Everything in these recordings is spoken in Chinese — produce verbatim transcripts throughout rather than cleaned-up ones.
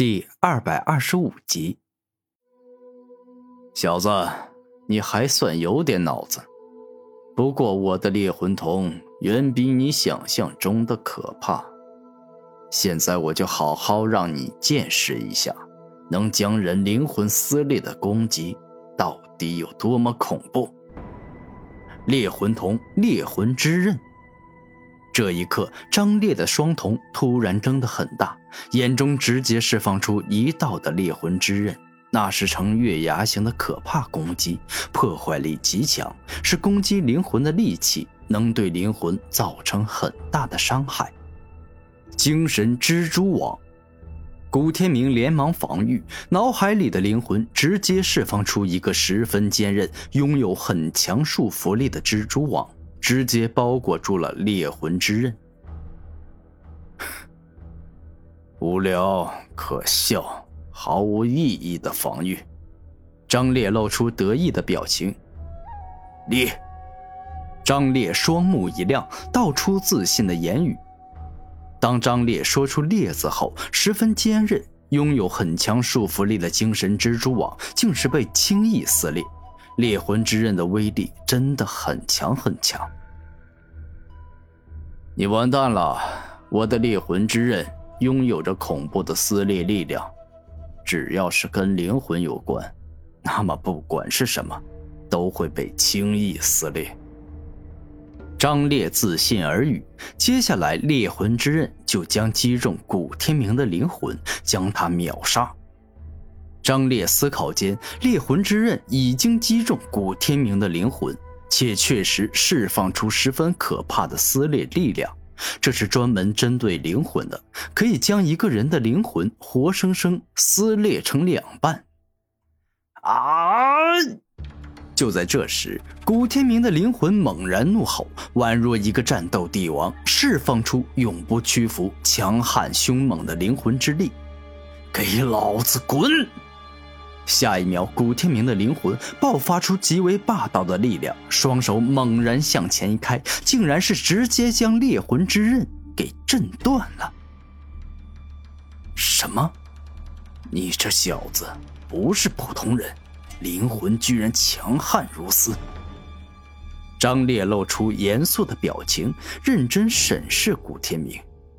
第二百二十五集。小子，你还算有点脑子，不过我的猎魂瞳远比你想象中的可怕。现在我就好好让你见识一下，能将人灵魂撕裂的攻击到底有多么恐怖。猎魂瞳，猎魂之刃。这一刻，张烈的双瞳突然睁得很大，眼中直接释放出一道的猎魂之刃，那是呈月牙形的可怕攻击，破坏力极强，是攻击灵魂的利器，能对灵魂造成很大的伤害。精神蜘蛛网。古天明连忙防御，脑海里的灵魂直接释放出一个十分坚韧、拥有很强束缚力的蜘蛛网，直接包裹住了猎魂之刃。无聊、可笑、毫无意义的防御。张烈露出得意的表情。烈。张烈双目一亮，道出自信的言语。当张烈说出烈字后，十分坚韧，拥有很强束缚力的精神蜘蛛网竟是被轻易撕裂。猎魂之刃的威力真的很强很强。你完蛋了，我的猎魂之刃拥有着恐怖的撕裂力量，只要是跟灵魂有关，那么不管是什么都会被轻易撕裂。张烈自信而语，接下来猎魂之刃就将击中古天明的灵魂，将他秒杀。张烈思考间，猎魂之刃已经击中古天明的灵魂，且确实释放出十分可怕的撕裂力量。这是专门针对灵魂的，可以将一个人的灵魂活生生撕裂成两半。啊！就在这时，古天明的灵魂猛然怒吼，宛若一个战斗帝王，释放出永不屈服、强悍凶猛的灵魂之力。给老子滚！下一秒，古天明的灵魂爆发出极为霸道的力量，双手猛然向前一开，竟然是直接将猎魂之刃给震断了。什么？你这小子不是普通人，灵魂居然强悍如斯。张烈露出严肃的表情，认真审视古天明。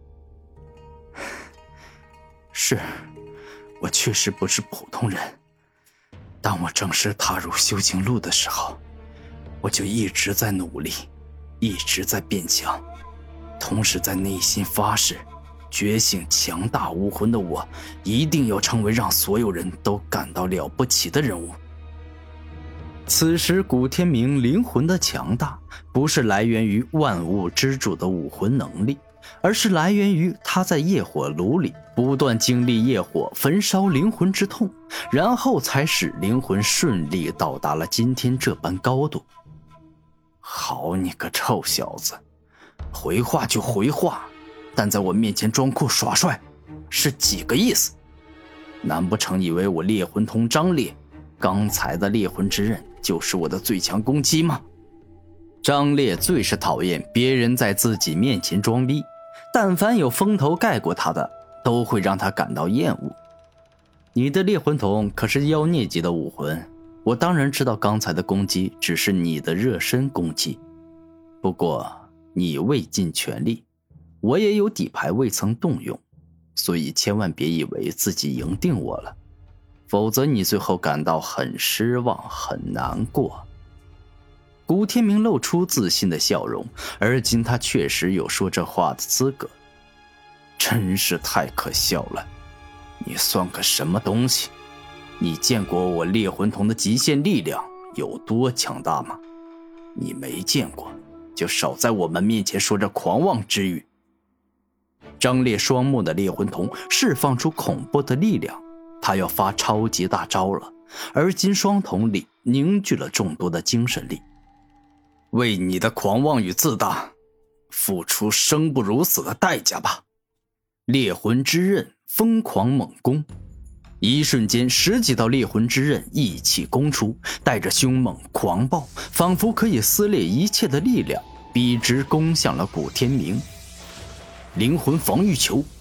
是，我确实不是普通人。当我正式踏入修行路的时候，我就一直在努力，一直在变强，同时在内心发誓，觉醒强大武魂的我一定要成为让所有人都感到了不起的人物。此时古天明灵魂的强大不是来源于万物之主的武魂能力，而是来源于他在业火炉里不断经历业火焚烧灵魂之痛，然后才使灵魂顺利到达了今天这般高度。好你个臭小子，回话就回话，但在我面前装酷耍帅是几个意思？难不成以为我猎魂瞳张烈刚才的猎魂之刃就是我的最强攻击吗？张烈最是讨厌别人在自己面前装逼，但凡有风头盖过他的，都会让他感到厌恶。你的猎魂瞳可是妖孽级的武魂，我当然知道刚才的攻击只是你的热身攻击，不过你未尽全力，我也有底牌未曾动用，所以千万别以为自己赢定我了，否则你最后感到很失望很难过。古天明露出自信的笑容，而今他确实有说这话的资格。真是太可笑了，你算个什么东西？你见过我猎魂瞳的极限力量有多强大吗？你没见过，就少在我们面前说这狂妄之语。张烈双目的猎魂瞳释放出恐怖的力量，他要发超级大招了，而今双瞳里凝聚了众多的精神力。为你的狂妄与自大付出生不如死的代价吧。猎魂之刃疯狂猛攻，一瞬间十几道猎魂之刃一起攻出，带着凶猛狂暴，仿佛可以撕裂一切的力量，笔直攻向了古天明。灵魂防御球。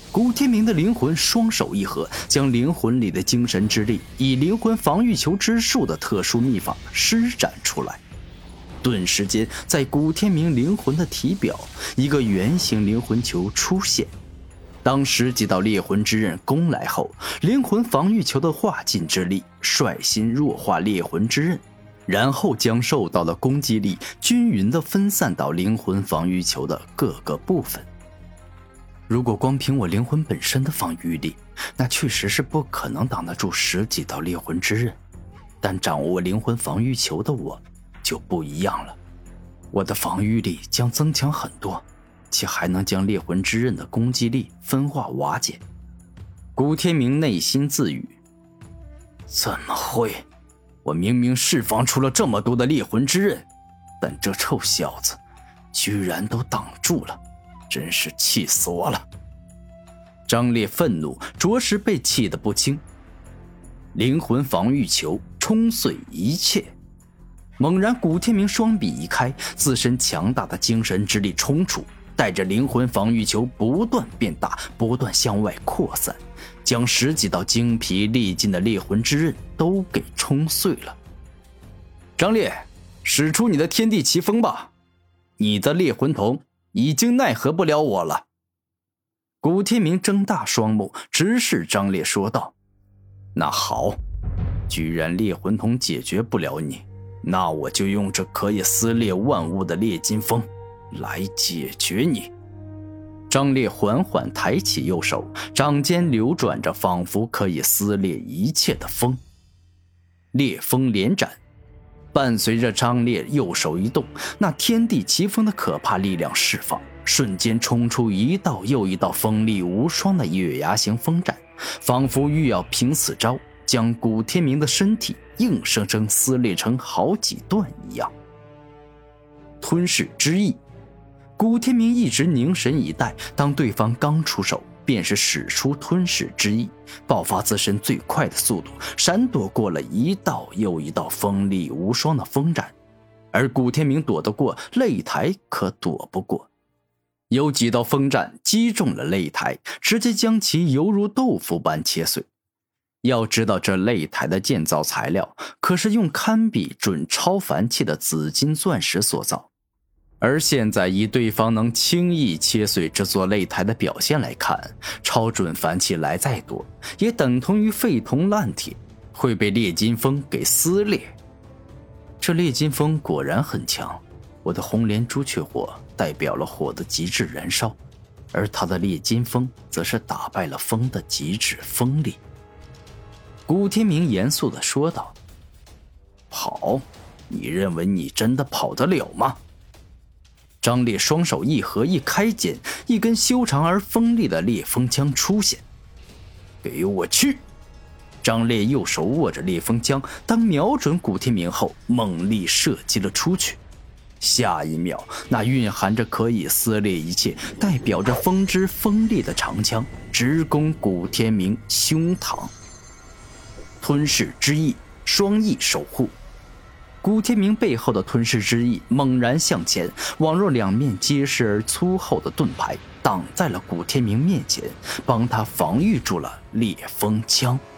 古天明的灵魂双手一合，将灵魂里的精神之力以灵魂防御球之术的特殊秘法施展出来。顿时间，在古天明灵魂的体表，一个圆形灵魂球出现。当十几道烈魂之刃攻来后，灵魂防御球的化尽之力率先弱化烈魂之刃，然后将受到的攻击力均匀地分散到灵魂防御球的各个部分。如果光凭我灵魂本身的防御力，那确实是不可能挡得住十几道烈魂之刃，但掌握灵魂防御球的我就不一样了，我的防御力将增强很多，且还能将烈魂之刃的攻击力分化瓦解。古天明内心自语，怎么会？我明明释放出了这么多的烈魂之刃，但这臭小子居然都挡住了，真是气死我了。张烈愤怒，着实被气得不轻。灵魂防御球冲碎一切。猛然古天明双臂一开，自身强大的精神之力冲出，带着灵魂防御球不断变大，不断向外扩散，将十几道精疲力尽的烈魂之刃都给冲碎了。张烈，使出你的天地奇风吧，你的烈魂瞳已经奈何不了我了。古天明睁大双目直视张烈说道，那好，居然烈魂瞳解决不了你，那我就用这可以撕裂万物的烈金锋来解决你。张烈缓缓抬起右手，掌间流转着仿佛可以撕裂一切的风。烈风连斩，伴随着张烈右手一动，那天地奇风的可怕力量释放，瞬间冲出一道又一道锋利无双的月牙形风斩，仿佛欲要凭此招将古天明的身体硬生生撕裂成好几段一样。吞噬之意，古天明一直凝神以待，当对方刚出手，便是使出吞噬之意，爆发自身最快的速度，闪躲过了一道又一道锋利无双的风斩。而古天明躲得过，擂台可躲不过。有几道风斩击中了擂台，直接将其犹如豆腐般切碎。要知道这擂台的建造材料可是用堪比准超凡器的紫金钻石所造，而现在以对方能轻易切碎这座擂台的表现来看，超准凡器来再多也等同于废铜烂铁，会被烈金锋给撕裂。这烈金锋果然很强，我的红莲朱雀火代表了火的极致燃烧，而他的烈金锋则是打败了风的极致锋利。古天明严肃地说道，跑？你认为你真的跑得了吗？张烈双手一合一开剑，一根修长而锋利的烈风枪出现。给我去！张烈右手握着烈风枪，当瞄准古天明后猛力射击了出去。下一秒，那蕴含着可以撕裂一切，代表着风之锋利的长枪直攻古天明胸膛。吞噬之意，双翼守护。古天明背后的吞噬之意猛然向前，宛若两面结实而粗厚的盾牌挡在了古天明面前，帮他防御住了烈风枪。